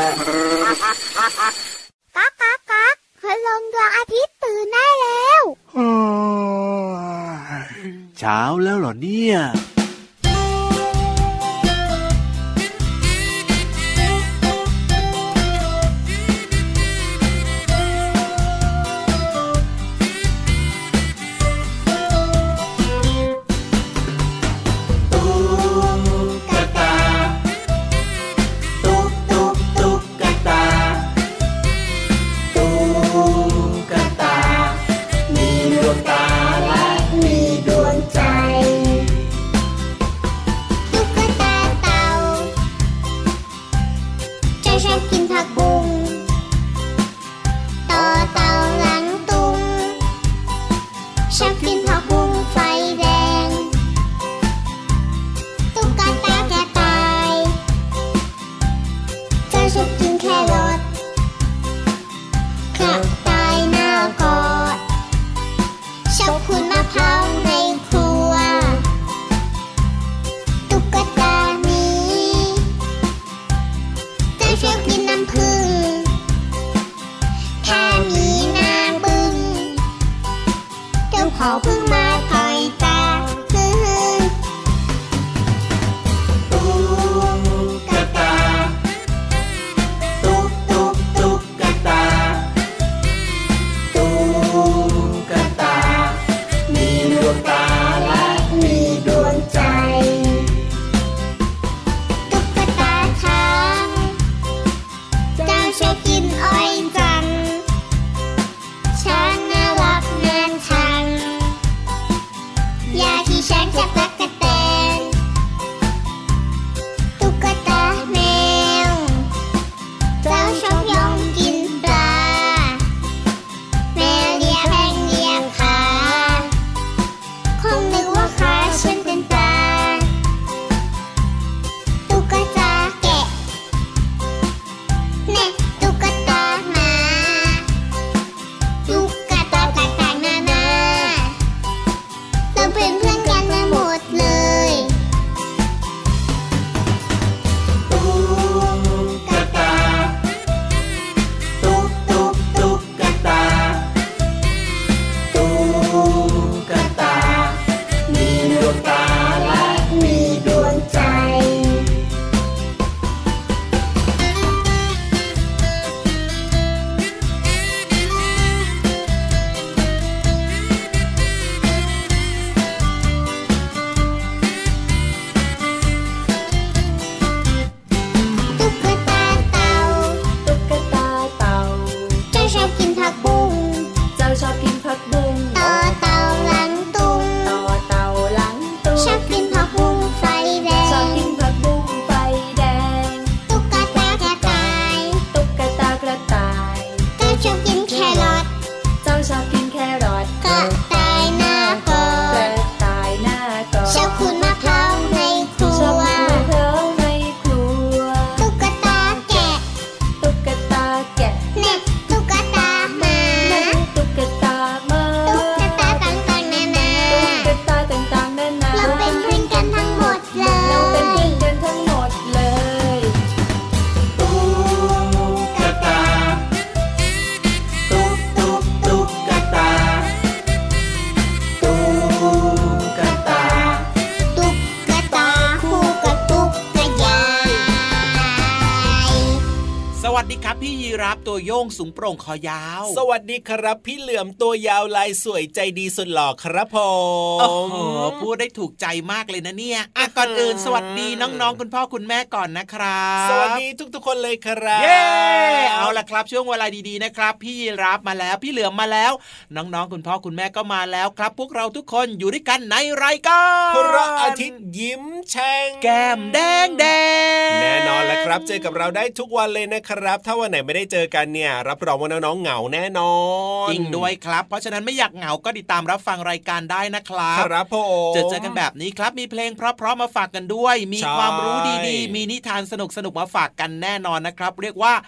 ก๊ากก๊ากก๊ากคืลงดวงอาทิตย์ตื่นได้แล้วเช้าแล้วเหรอเนี่ยตัวโยงสูงโปร่งคอยาวสวัสดีครับพี่เหลือมตัวยาวลายสวยใจดีสุดหล่อครับผมโอ้โหพูดได้ถูกใจมากเลยนะเนี่ยก่อนอื่นสวัสดีน้องๆคุณพ่อคุณแม่ก่อนนะครับสวัสดีทุกๆคนเลยครับเย้เอาล่ะครับช่วงเวลาดีๆนะครับพี่รับมาแล้วพี่เหลือมมาแล้วน้องๆคุณพ่อคุณแม่ก็มาแล้วครับพวกเราทุกคนอยู่ด้วยกันในรายการพระอาทิตย์ยิ้มแฉ่งแก้มแดงแดงแน่นอนแล้วครับเจอกับเราได้ทุกวันเลยนะครับถ้าวันไหนไม่ได้เจอกันเนี่ยรับรองว่าน้องๆเหงาแน่นอนจริงด้วยครับเพราะฉะนั้นไม่อยากเหงาก็ติดตามรับฟังรายการได้นะครับครับผมเจอกันแบบนี้ครับมีเพลงเพราะๆมาฝากกันด้วยมีความรู้ดีๆมีนิทานสนุกๆมาฝากกันแน่นอนนะครับเรียกว่า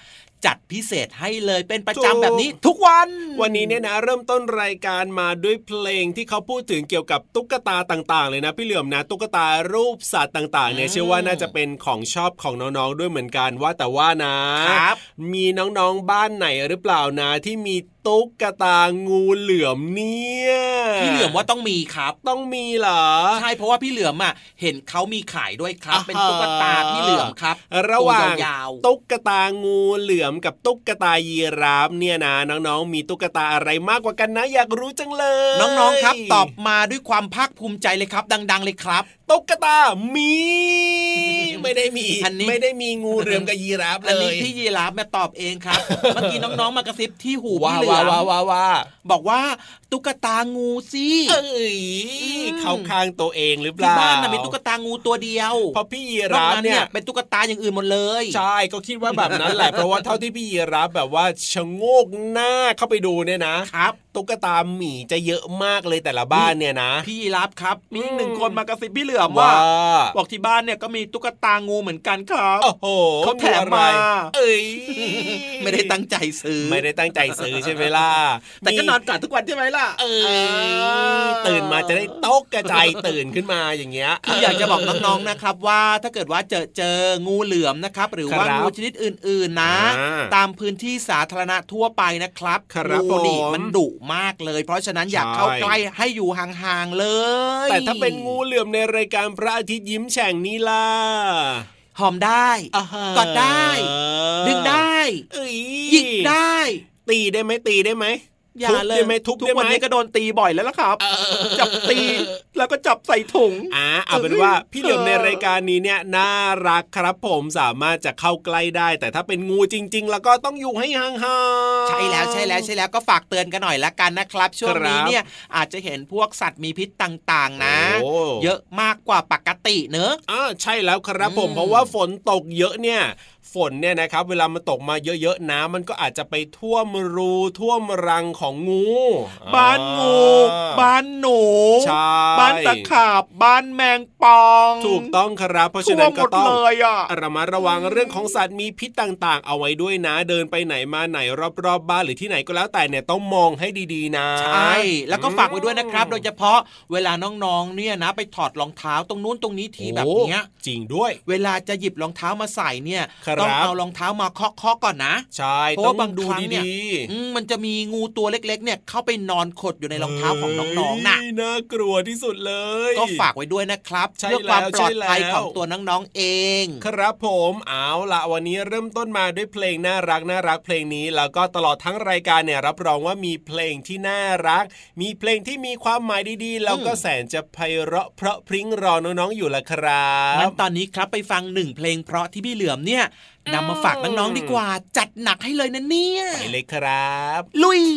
จัดพิเศษให้เลยเป็นประจำแบบนี้ทุกวันนี้เนี่ยนะเริ่มต้นรายการมาด้วยเพลงที่เขาพูดถึงเกี่ยวกับตุ๊กตาต่างๆเลยนะพี่เหลือมนะตุ๊กตารูปสัตว์ต่างๆเนี่ยเชื่อว่าน่าจะเป็นของชอบของน้องๆด้วยเหมือนกันว่าแต่ว่านะมีน้องๆบ้านไหนหรือเปล่านะที่มีตุ๊กตางูเหลือมเนี่ยพี่เหลือมว่าต้องมีครับต้องมีเหรอใช่เพราะว่าพี่เหลือมเห็นเขามีขายด้วยครับเป็นตุ๊กตาพี่เหลือมครับระหว่างตุ๊กตางูเหลือมกับตุ๊กตายีราฟเนี่ยนะน้องๆมีตุ๊กตาอะไรมากกว่ากันนะอยากรู้จังเลยน้องๆครับตอบมาด้วยความภาคภูมิใจเลยครับดังๆเลยครับตุ๊กตามีไม่ได้มีไม่ได้มีงูเหลือมกับยีราฟเลยอันนี้พี่ยีราฟตอบเองครับเมื่อกี้น้องๆมากระซิบที่หูพี่เหลือมบอกว่าตุ๊กตางูสิเข้าข้างตัวเองหรือเปล่าที่บ้านมีตุ๊กตางูตัวเดียวเพราะพี่ยีราฟเนี่ยเป็นตุ๊กตาอย่างอื่นหมดเลยใช่ก็คิดว่าแบบนั้นแหละเพราะว่าเท่าที่พี่ยีราฟแบบว่าชะโงกหน้าเข้าไปดูเนี่ยนะครับตุ๊กตาหมีจะเยอะมากเลยแต่ละบ้านเนี่ยนะพี่ยีราฟครับมีหนึ่งคนมากระซิบพี่เหลือมว่าบอกที่บ้านเนี่ยก็มีตุ๊กตางูเหมือนกันครับโอ้โหเขาแถมมาไม่ได้ตั้งใจซื้อใช่ไหมล่ะแต่ก็นอนกอดทุกวันใช่ไหมล่ะตื่นมาจะได้ตกกระจายตื่นขึ้นมาอย่างเงี้ยคืออยากจะบอกน้องๆนะครับว่าถ้าเกิดว่าเจองูเหลือมนะครับหรือว่างูชนิดอื่นๆนะตามพื้นที่สาธารณะทั่วไปนะครับงูนี่มันดุมากเลยเพราะฉะนั้นอยากเข้าใกล้ให้อยู่ห่างๆเลยแต่ถ้าเป็นงูเหลือมในรายการพระอาทิตย์ยิ้มแฉ่งนี่ล่ะหอมได้กอดได้ดึงได้หยิกได้ตีได้ไหมอย่าเลยทุกวันนี้ก็โดนตีบ่อยแล้วล่ะครับจับตีแล้วก็จับใส่ถุงเอาเป็นว่าพี่เหลือมในรายการนี้เนี่ยน่ารักครับผมสามารถจะเข้าใกล้ได้แต่ถ้าเป็นงูจริงๆแล้วก็ต้องอยู่ให้ห่างๆใช่แล้วก็ฝากเตือนกันหน่อยละกันนะครับช่วงนี้เนี่ยอาจจะเห็นพวกสัตว์มีพิษต่างๆนะเยอะมากกว่าปกติเนอะใช่แล้วครับผมเพราะว่าฝนตกเยอะเนี่ยฝนเนี่ยนะครับเวลามันตกมาเยอะๆน้ำมันก็อาจจะไปท่วมรูท่วมรังของงูบ้านงูบ้านหนูบ้านตะขาบบ้านแมงปองถูกต้องครับเพราะฉะนั้นก็ต้องระมัดระวังเรื่องของสัตว์มีพิษต่างๆเอาไว้ด้วยนะเดินไปไหนมาไหนรอบๆบ้านหรือที่ไหนก็แล้วแต่เนี่ยต้องมองให้ดีๆนะใช่แล้วก็ฝากไว้ด้วยนะครับโดยเฉพาะเวลาน้องๆเนี่ยนะไปถอดรองเท้าตรงนู้นตรงนี้ทีแบบเนี้ยจริงด้วยเวลาจะหยิบรองเท้ามาใส่เนี่ยต้องเอารองเท้ามาเคาะก่อนนะใช่เพราะว่าบางครั้งเนี่ยมันจะมีงูตัวเล็กๆเนี่ยเข้าไปนอนขดอยู่ในรองเท้าของน้องๆน่ะน่ากลัวที่สุดเลยก็ฝากไว้ด้วยนะครับเพื่อความปลอดภัยของตัวน้องๆเองครับผมเอาล่ะวันนี้เริ่มต้นมาด้วยเพลงน่ารักเพลงนี้แล้วก็ตลอดทั้งรายการเนี่ยรับรองว่ามีเพลงที่น่ารักมีเพลงที่มีความหมายดีๆแล้วก็แสนจะไพเราะเพราะพริ้งรอน้องๆอยู่ละครับงั้นตอนนี้ครับไปฟัง1เพลงเพราะที่พี่เหลือมเนี่ยนำมาฝากน้องๆดีกว่าจัดหนักให้เลยนะเนี่ยไปเลยครับลุย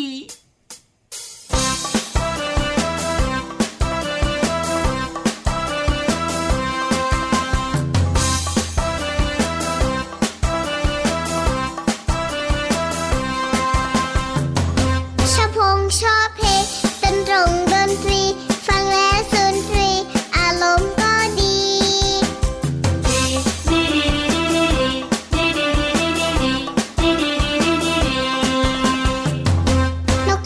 ชอบเพลงเต้นตรงดนตรีฟังแล้วสุนทรีอารมณ์ก็ดีนก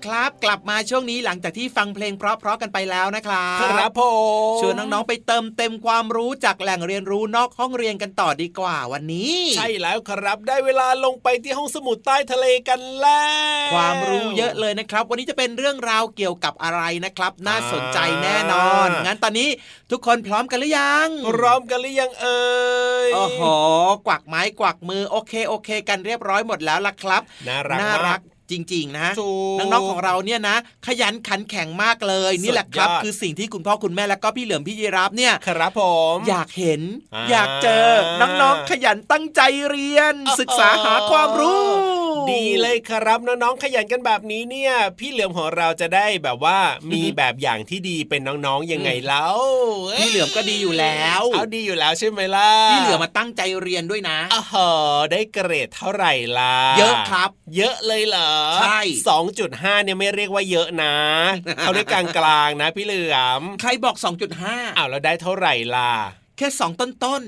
ครับกลับมาช่วงนี้หลังจากที่ฟังเพลงเพราะๆกันไปแล้วนะครับครับผมชวนน้องๆไปเติมเต็มความรู้จากแหล่งเรียนรู้นอกห้องเรียนกันต่อดีกว่าวันนี้ใช่แล้วครับได้เวลาลงไปที่ห้องสมุดใต้ทะเลกันแล้วความรู้เยอะเลยนะครับวันนี้จะเป็นเรื่องราวเกี่ยวกับอะไรนะครับน่าสนใจแน่นอนงั้นตอนนี้ทุกคนพร้อมกันหรือยังพร้อมกันหรือยังเอ่ยโอ้โหกวักไม้กวักมือโอเคกันเรียบร้อยหมดแล้วล่ะครับน่ารักจริงๆนะน้องๆของเราเนี่ยนะขยันขันแข็งมากเลยนี่แหละครับคือสิ่งที่คุณพ่อคุณแม่แล้วก็พี่เหลือมพี่ยีราฟเนี่ยครับผมอยากเห็นอยากเจอน้องๆขยันตั้งใจเรียนศึกษาหาความรู้ดีเลยครับน้องๆขยันกันแบบนี้เนี่ยพี่เหลือมของเราจะได้แบบว่ามีแบบอย่างที่ดีเป็นน้องๆยังไงแล้วพี่เหลือมก็ดีอยู่แล้วเอาดีอยู่แล้วใช่ไหมล่ะพี่เหลือมมาตั้งใจเรียนด้วยนะได้เกรดเท่าไหร่ล่ะเยอะครับเยอะเลยเหรอใช่ 2.5 เนี่ยไม่เรียกว่าเยอะนะเขาเรียกกลางๆนะพี่เหลือมใครบอก 2.5 อ้าวแล้วได้เท่าไหร่ล่ะแค่2ต้น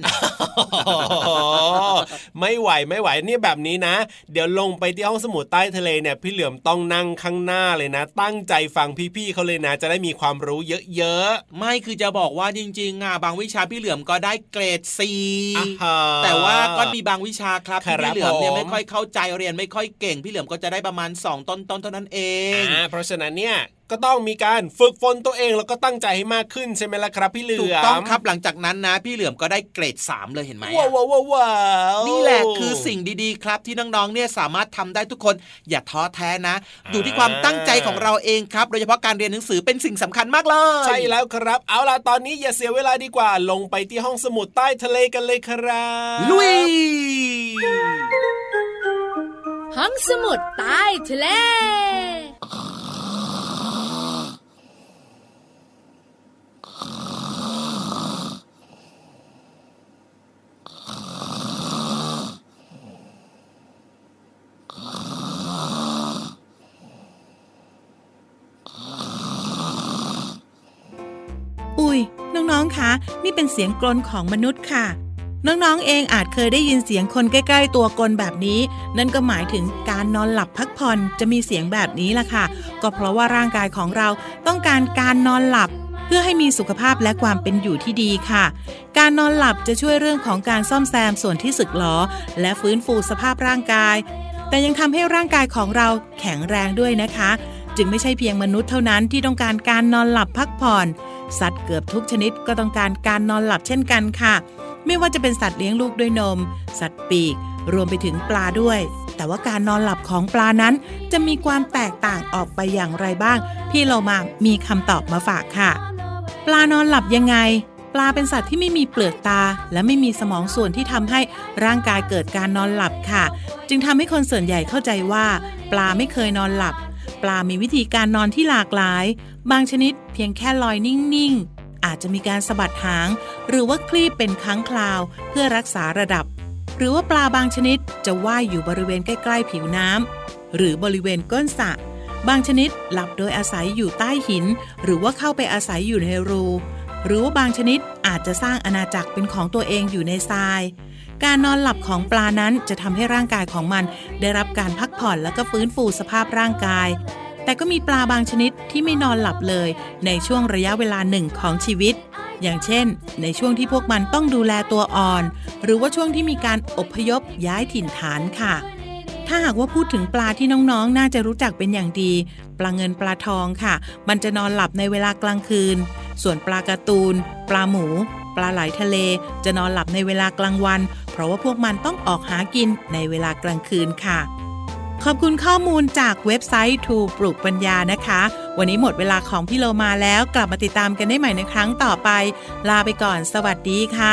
ไม่ไหวเนี่ยแบบนี้นะเดี๋ยวลงไปที่ห้องสมุดใต้ทะเลเนี่ยพี่เหลือมต้องนั่งข้างหน้าเลยนะตั้งใจฟังพี่ๆเขาเลยนะจะได้มีความรู้เยอะๆไม่คือจะบอกว่าจริงๆบางวิชาพี่เหลือมก็ได้เกรด 4 แต่ว่าก็มีบางวิชาครับที่พี่เหลือมเนี่ยไม่ค่อยเข้าใจเรียนไม่ค่อยเก่งพี่เหลือมก็จะได้ประมาณ2ต้นเท่านั้นเองเพราะฉะนั้นเนี่ยก็ต้องมีการฝึกฝนตัวเองแล้วก็ตั้งใจให้มากขึ้นใช่ไหมล่ะครับพี่เหลือมถูกต้องครับหลังจากนั้นนะพี่เหลือมก็ได้เกรด 3เลยเห็นไหมว้าวนี่แหละคือสิ่งดีๆครับที่น้องๆเนี่ยสามารถทำได้ทุกคนอย่าท้อแท้นะอยู่ที่ความตั้งใจของเราเองครับโดยเฉพาะการเรียนหนังสือเป็นสิ่งสำคัญมากเลยใช่แล้วครับเอาล่ะตอนนี้อย่าเสียเวลาดีกว่าลงไปที่ห้องสมุดใต้ทะเลกันเลยครับลุยห้องสมุดใต้ทะเลน้องๆคะนี่เป็นเสียงกลนของมนุษย์ค่ะน้องๆเองอาจเคยได้ยินเสียงคนใกล้ๆตัวกลแบบนี้นั่นก็หมายถึงการนอนหลับพักผ่อนจะมีเสียงแบบนี้ล่ะค่ะก็เพราะว่าร่างกายของเราต้องการการนอนหลับเพื่อให้มีสุขภาพและความเป็นอยู่ที่ดีค่ะการนอนหลับจะช่วยเรื่องของการซ่อมแซมส่วนที่สึกหรอและฟื้นฟูสภาพร่างกายแต่ยังทำให้ร่างกายของเราแข็งแรงด้วยนะคะจึงไม่ใช่เพียงมนุษย์เท่านั้นที่ต้องการการนอนหลับพักผ่อนสัตว์เกือบทุกชนิดก็ต้องการการนอนหลับเช่นกันค่ะไม่ว่าจะเป็นสัตว์เลี้ยงลูกด้วยนมสัตว์ปีกรวมไปถึงปลาด้วยแต่ว่าการนอนหลับของปลานั้นจะมีความแตกต่างออกไปอย่างไรบ้างพี่เรามามีคำตอบมาฝากค่ะปลานอนหลับยังไงปลาเป็นสัตว์ที่ไม่มีเปลือกตาและไม่มีสมองส่วนที่ทำให้ร่างกายเกิดการนอนหลับค่ะจึงทำให้คนส่วนใหญ่เข้าใจว่าปลาไม่เคยนอนหลับปลามีวิธีการนอนที่หลากหลายบางชนิดเพียงแค่ลอยนิ่งๆอาจจะมีการสะบัดหางหรือว่าคลีบเป็นครั้งคราวเพื่อรักษาระดับหรือว่าปลาบางชนิดจะว่ายอยู่บริเวณใกล้ๆผิวน้ำหรือบริเวณก้นสระบางชนิดหลับโดยอาศัยอยู่ใต้หินหรือว่าเข้าไปอาศัยอยู่ในรูหรือว่าบางชนิดอาจจะสร้างอาณาจักรเป็นของตัวเองอยู่ในทรายการนอนหลับของปลานั้นจะทำให้ร่างกายของมันได้รับการพักผ่อนและก็ฟื้นฟูสภาพร่างกายแต่ก็มีปลาบางชนิดที่ไม่นอนหลับเลยในช่วงระยะเวลาหนึ่งของชีวิตอย่างเช่นในช่วงที่พวกมันต้องดูแลตัวอ่อนหรือว่าช่วงที่มีการอพยพย้ายถิ่นฐานค่ะถ้าหากว่าพูดถึงปลาที่น้องๆน่าจะรู้จักเป็นอย่างดีปลาเงินปลาทองค่ะมันจะนอนหลับในเวลากลางคืนส่วนปลาการ์ตูนปลาหมูปลาไหลทะเลจะนอนหลับในเวลากลางวันเพราะว่าพวกมันต้องออกหากินในเวลากลางคืนค่ะขอบคุณข้อมูลจากเว็บไซต์ทูปลูกปัญญานะคะวันนี้หมดเวลาของพี่โลมาแล้วกลับมาติดตามกันได้ใหม่ในครั้งต่อไปลาไปก่อนสวัสดีค่ะ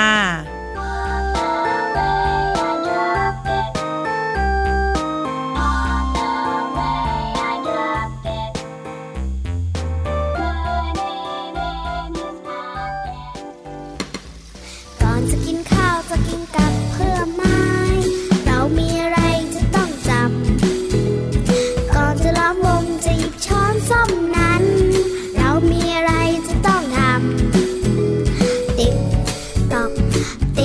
ต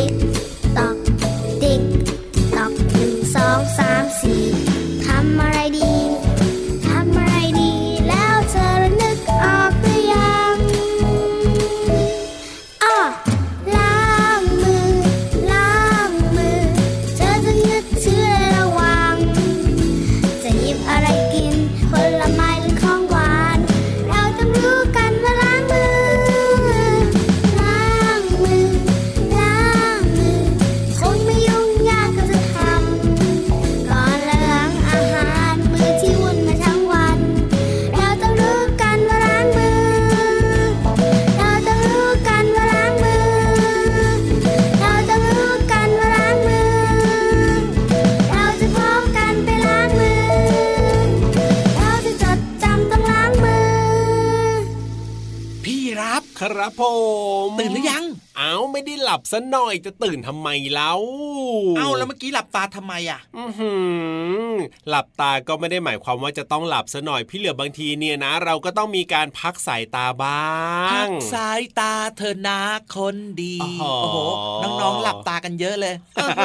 ครับผมตื่นหรือยังไม่ได้หลับซะหน่อยจะตื่นทำไมเล่าแล้วเมื่อกี้หลับตาทำไมอ่ะหลับตาก็ไม่ได้หมายความว่าจะต้องหลับซะหน่อยพี่เหลือบางทีเนี่ยนะเราก็ต้องมีการพักสายตาบ้างพักสายตาเธอนะคนดีโอ้โหน้องๆหลับตากันเยอะเลย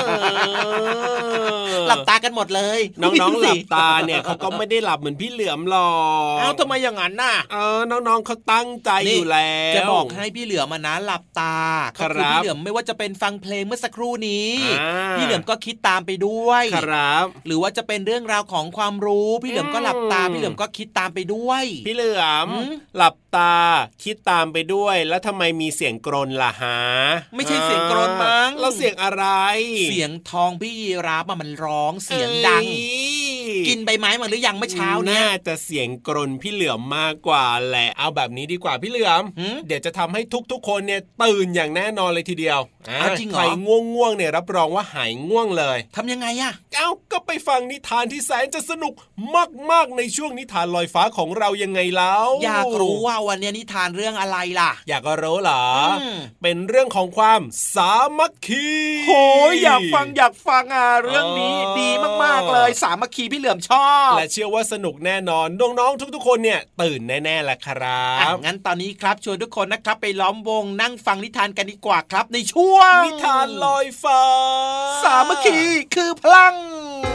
หลับตากันหมดเลยน้องๆหลับตาเนี่ยเขาก็ไม่ได้หลับเหมือนพี่เหลือมหรอกทำไมอย่างนั้นน่ะน้องๆเขาตั้งใจอยู่แล้วจะบอกให้พี่เหลือมนะหลับตาคือพี่เหลือมไม่ว่าจะเป็นฟังเพลงเมื่อสักครู่นี้พี่เหลือมก็คิดตามไปด้วยครับหรือว่าจะเป็นเรื่องราวของความรู้พี่เหลือมก็หลับตาพี่เหลือมก็คิดตามไปด้วยพี่เหลือมหลับตาคิดตามไปด้วยแล้วทำไมมีเสียงกรนล่ะฮะไม่ใช่เสียงกรนมั้งแล้วเสียงอะไรเสียงทองพี่ยีราฟมันร้องเสียงดังกินใบไม้มาหรือยังเมื่อเช้าเนี่ยน่าจะเสียงกรนพี่เหลือมมากกว่าแหละเอาแบบนี้ดีกว่าพี่เหลือมเดี๋ยวจะทำให้ทุกๆคนเนี่ยตื่นอย่างแน่นอนเลยทีเดียวจริงเหรอใครง่วงเนี่ยรับรองว่าหายง่วงเลยทำยังไงอะก็ไปฟังนิทานที่แสนจะสนุกมากๆในช่วงนิทานลอยฟ้าของเรายังไงแล้วอยากรู้ว่าวันนี้นิทานเรื่องอะไรล่ะอยากรู้เหรอเป็นเรื่องของความสามัคคีโหอยากฟังเรื่องนี้ดีมากๆเลยสามัคคีพี่เหลือมชอบและเชื่อว่าสนุกแน่นอนน้องๆทุกๆคนเนี่ยตื่นแน่ๆแหละครับงั้นตอนนี้ครับชวนทุกคนนะครับไปล้อมวงนั่งฟังนิทานกันดีกว่าครับในช่วงนิทานลอยฟ้าสามัคคีคือพลัง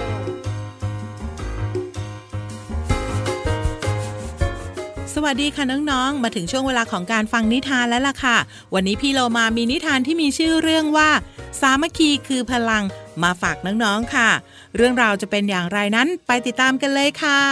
สวัสดีค่ะน้องๆมาถึงช่วงเวลาของการฟังนิทานแล้วล่ะค่ะวันนี้พี่โลมามีนิทานที่มีชื่อเรื่องว่าสามัคคีคือพลังมาฝากน้องๆค่ะเรื่องราวจะเป็นอย่างไรนั้นไปติดตามกันเลยค่ะ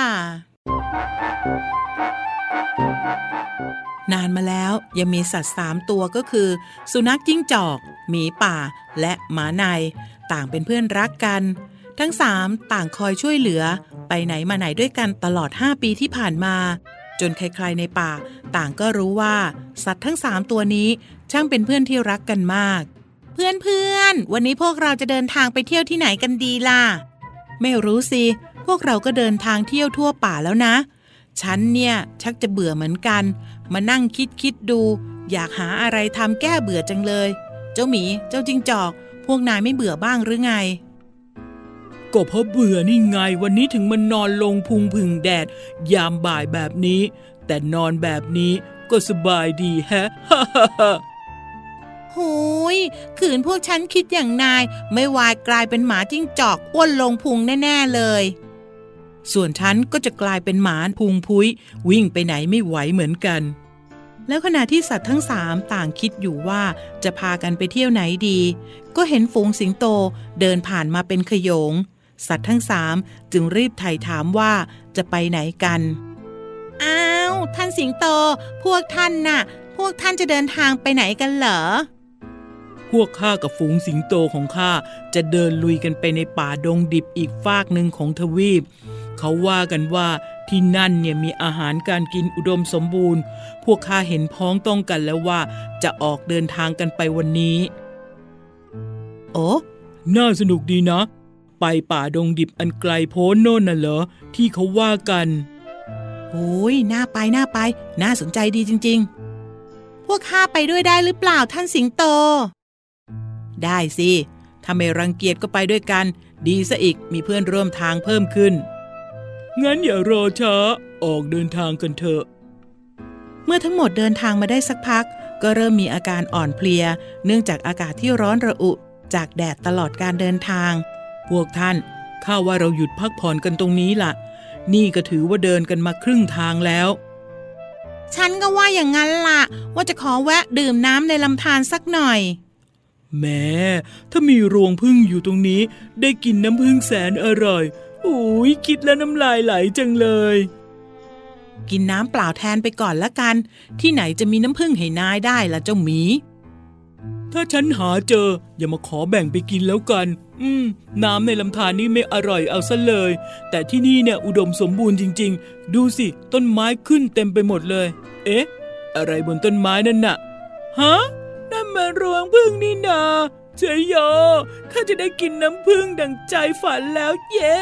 นานมาแล้วยังมีสัตว์3ตัวก็คือสุนัขจิ้งจอกหมีป่าและหมาในต่างเป็นเพื่อนรักกันทั้ง3ต่างคอยช่วยเหลือไปไหนมาไหนด้วยกันตลอด5ปีที่ผ่านมาจนใครๆในป่าต่างก็รู้ว่าสัตว์ทั้ง3ตัวนี้ช่างเป็นเพื่อนที่รักกันมากเพื่อนๆวันนี้พวกเราจะเดินทางไปเที่ยวที่ไหนกันดีล่ะไม่รู้สิพวกเราก็เดินทางเที่ยวทั่วป่าแล้วนะฉันเนี่ยชักจะเบื่อเหมือนกันมานั่งคิดดูอยากหาอะไรทำแก้เบื่อจังเลยเจ้าหมีเจ้าจิ้งจอกพวกนายไม่เบื่อบ้างหรือไงก็เพราะเบื่อนี่ไงวันนี้ถึงมันนอนลงพุงผึ่งแดดยามบ่ายแบบนี้แต่นอนแบบนี้ก็สบายดีแฮะ หูยขืนพวกฉันคิดอย่างนายไม่วายกลายเป็นหมาจิ้งจอกอ้วนลงพุงแน่ๆเลยส่วนฉันก็จะกลายเป็นหมาพุงพุ้ยวิ่งไปไหนไม่ไหวเหมือนกันแล้วขณะที่สัตว์ทั้ง3ต่างคิดอยู่ว่าจะพากันไปเที่ยวไหนดีก็เห็นฝูงสิงโตเดินผ่านมาเป็นขโยงสัตว์ทั้ง3จึงรีบไถ่ถามว่าจะไปไหนกันอ้าวท่านสิงโตพวกท่านจะเดินทางไปไหนกันเหรอพวกข้ากับฝูงสิงโตของข้าจะเดินลุยกันไปในป่าดงดิบอีกฟากหนึ่งของทวีปเขาว่ากันว่าที่นั่นเนี่ยมีอาหารการกินอุดมสมบูรณ์พวกข้าเห็นพ้องต้องกันแล้วว่าจะออกเดินทางกันไปวันนี้โอ้น่าสนุกดีนะไปป่าดงดิบอันไกลโพ้นโน่นน่ะเหรอที่เขาว่ากันโอ้ยน่าไปน่าสนใจดีจริงๆพวกข้าไปด้วยได้หรือเปล่าท่านสิงโตได้สิถ้าไม่รังเกียจก็ไปด้วยกันดีซะอีกมีเพื่อนร่วมทางเพิ่มขึ้นงั้นอย่ารอช้าออกเดินทางกันเถอะเมื่อทั้งหมดเดินทางมาได้สักพักก็เริ่มมีอาการอ่อนเพลียเนื่องจากอากาศที่ร้อนระอุจากแดดตลอดการเดินทางพวกท่านข้าว่าเราหยุดพักผ่อนกันตรงนี้ล่ะนี่ก็ถือว่าเดินกันมาครึ่งทางแล้วฉันก็ว่าอย่างนั้นล่ะว่าจะขอแวะดื่มน้ำในลำธารสักหน่อยแม้ถ้ามีรวงผึ้งอยู่ตรงนี้ได้กินน้ำผึ้งแสนอร่อยอุ้ยคิดแล้วน้ำลายไหลจังเลยกินน้ำเปล่าแทนไปก่อนละกันที่ไหนจะมีน้ำผึ้งให้นายได้ล่ะเจ้าหมีถ้าฉันหาเจออย่ามาขอแบ่งไปกินแล้วกันน้ำในลำธารนี่ไม่อร่อยเอาซะเลยแต่ที่นี่เนี่ยอุดมสมบูรณ์จริงๆดูสิต้นไม้ขึ้นเต็มไปหมดเลยเอ๊ะอะไรบนต้นไม้นั่นน่ะฮะนั่นมันรวงผึ้งนี่นาเจ๋ยโยข้าจะได้กินน้ำผึ้งดังใจฝันแล้วเย้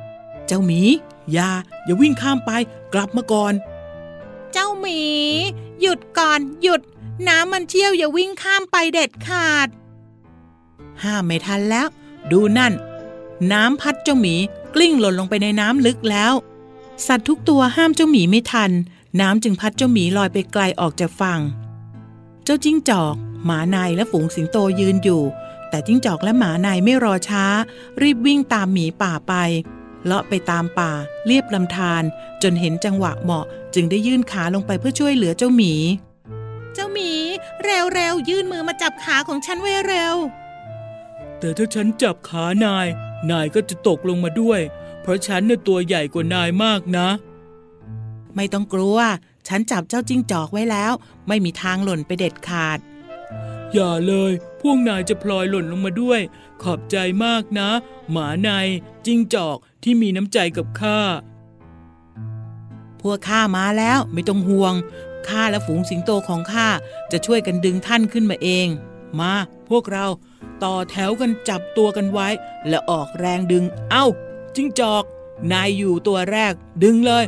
เจ้าหมีอย่าวิ่งข้ามไปกลับมาก่อนเจ้าหมีหยุดก่อนหยุดน้ำมันเชี่ยวอย่าวิ่งข้ามไปเด็ดขาดห้ามไม่ทันแล้วดูนั่นน้ำพัดเจ้าหมีกลิ้งหล่นลงไปในน้ำลึกแล้วสัตว์ทุกตัวห้ามเจ้าหมีไม่ทันน้ำจึงพัดเจ้าหมีลอยไปไกลออกจากฝั่งเจ้าจิ้งจอกหมาในและฝูงสิงโตยืนอยู่แต่จิ้งจอกและหมาในไม่รอช้ารีบวิ่งตามหมีป่าไปเลาะไปตามป่าเลียบลำธารจนเห็นจังหวะเหมาะจึงได้ยื่นขาลงไปเพื่อช่วยเหลือเจ้าหมีเจ้าหมีเร็วๆยื่นมือมาจับขาของฉันไว้เร็วแต่ถ้าฉันจับขานายก็จะตกลงมาด้วยเพราะฉันเนี่ยตัวใหญ่กว่านายมากนะไม่ต้องกลัวฉันจับเจ้าจิ้งจอกไว้แล้วไม่มีทางหล่นไปเด็ดขาดอย่าเลยพวกนายจะพลอยหล่นลงมาด้วยขอบใจมากนะหมาในจิ้งจอกที่มีน้ำใจกับข้าพวกข้ามาแล้วไม่ต้องห่วงข้าและฝูงสิงโตของข้าจะช่วยกันดึงท่านขึ้นมาเองมาพวกเราต่อแถวกันจับตัวกันไว้และออกแรงดึงเอ้าจิ้งจอกนายอยู่ตัวแรกดึงเลย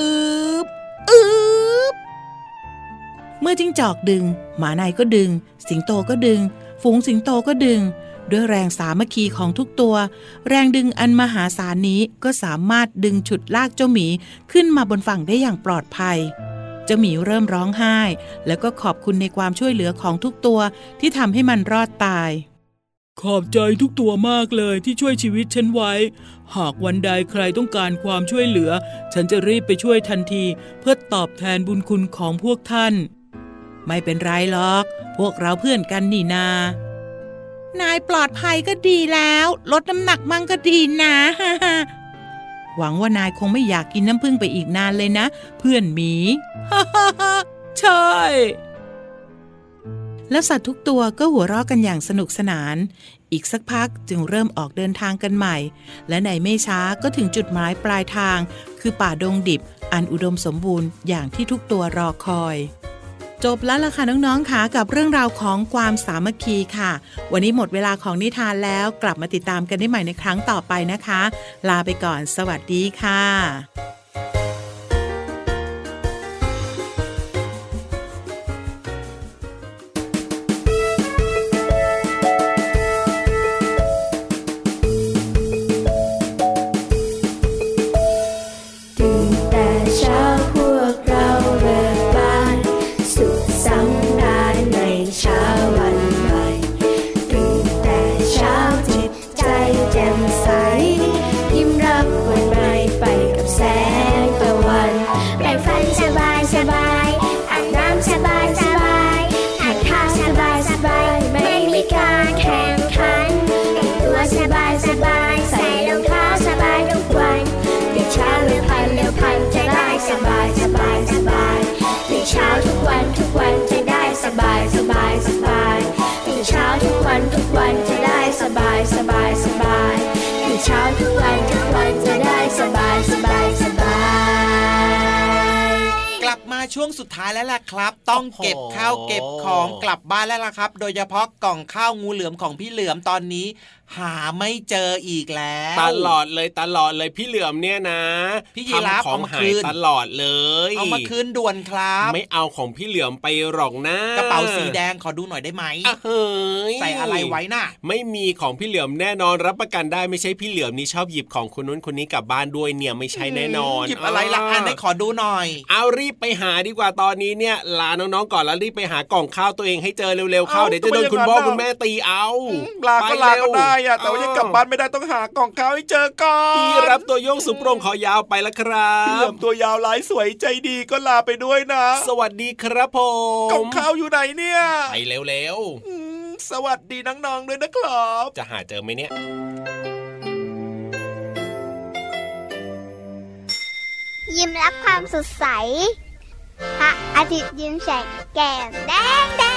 เมื่อจิ้งจอกดึงหมาในก็ดึงสิงโตก็ดึงฝูงสิงโตก็ดึงด้วยแรงสามัคคีของทุกตัวแรงดึงอันมหาศาลนี้ก็สามารถดึงฉุดลากเจ้าหมีขึ้นมาบนฝั่งได้อย่างปลอดภัยเจ้าหมีเริ่มร้องไห้แล้วก็ขอบคุณในความช่วยเหลือของทุกตัวที่ทำให้มันรอดตายขอบใจทุกตัวมากเลยที่ช่วยชีวิตฉันไว้หากวันใดใครต้องการความช่วยเหลือฉันจะรีบไปช่วยทันทีเพื่อตอบแทนบุญคุณของพวกท่านไม่เป็นไรหรอกพวกเราเพื่อนกันนี่นานายปลอดภัยก็ดีแล้วลดน้ำหนักมั่งก็ดีนะหวังว่านายคงไม่อยากกินน้ำผึ้งไปอีกนานเลยนะเพื่อนหมีใช่แล้วสัตว์ทุกตัวก็หัวเราะกันอย่างสนุกสนานอีกสักพักจึงเริ่มออกเดินทางกันใหม่และในไม่ช้าก็ถึงจุดหมายปลายทางคือป่าดงดิบอันอุดมสมบูรณ์อย่างที่ทุกตัวรอคอยจบแล้วล่ะค่ะน้องๆค่ะกับเรื่องราวของความสามัคคีค่ะวันนี้หมดเวลาของนิทานแล้วกลับมาติดตามกันได้ใหม่ในครั้งต่อไปนะคะลาไปก่อนสวัสดีค่ะทุกวันจะได้สบายสบายสบายตื่นเช้าทุกวันจะได้สบายสบายสบายกลับมาช่วงสุดท้ายแล้วล่ะครับต้องเก็บข้าวเก็บของกลับบ้านแล้วล่ะครับโดยเฉพาะกล่องข้าวงูเหลือมของพี่เหลือมตอนนี้หาไม่เจออีกแล้วตลอดเลยพี่เหลือมเนี่ยนะพี่ยีราฟของหายตลอดเลยเอามาคืนด่วนครับไม่เอาของพี่เหลือมไปหรอกนะกระเป๋าสีแดงขอดูหน่อยได้ไหมใส่อะไรไว้น่ะไม่มีของพี่เหลือมแน่นอนรับประกันได้ไม่ใช่พี่เหลือมนี่ชอบหยิบของคนนู้นคนนี้กลับบ้านด้วยเนี่ยไม่ใช่แน่นอนหยิบอะไรล่ะได้ขอดูหน่อยเอารีบไปหาดีกว่าตอนนี้เนี่ยลาน้องๆก่อนแล้วรีบไปหากล่องข้าวตัวเองให้เจอเร็วๆเข้าเดี๋ยวจะโดนคุณพ่อคุณแม่ตีเอาลาก็ได้อะแต่ว่ายังกลับไม่ได้ต้องหากล่องข้าวให้เจอก่อนพี่รับตัวโยงสูงโปร่งขอยาวไปแล้วครับพี่เหลือมตัวยาวลายสวยใจดีก็ลาไปด้วยนะสวัสดีครับผมกล่องข้าวอยู่ไหนเนี่ยไปเร็วๆสวัสดีน้องๆด้วยนะครับจะหาเจอไหมเนี่ยยิ้มรับความสดใสพระอาทิตย์ยิ้มแฉกแก้มแดง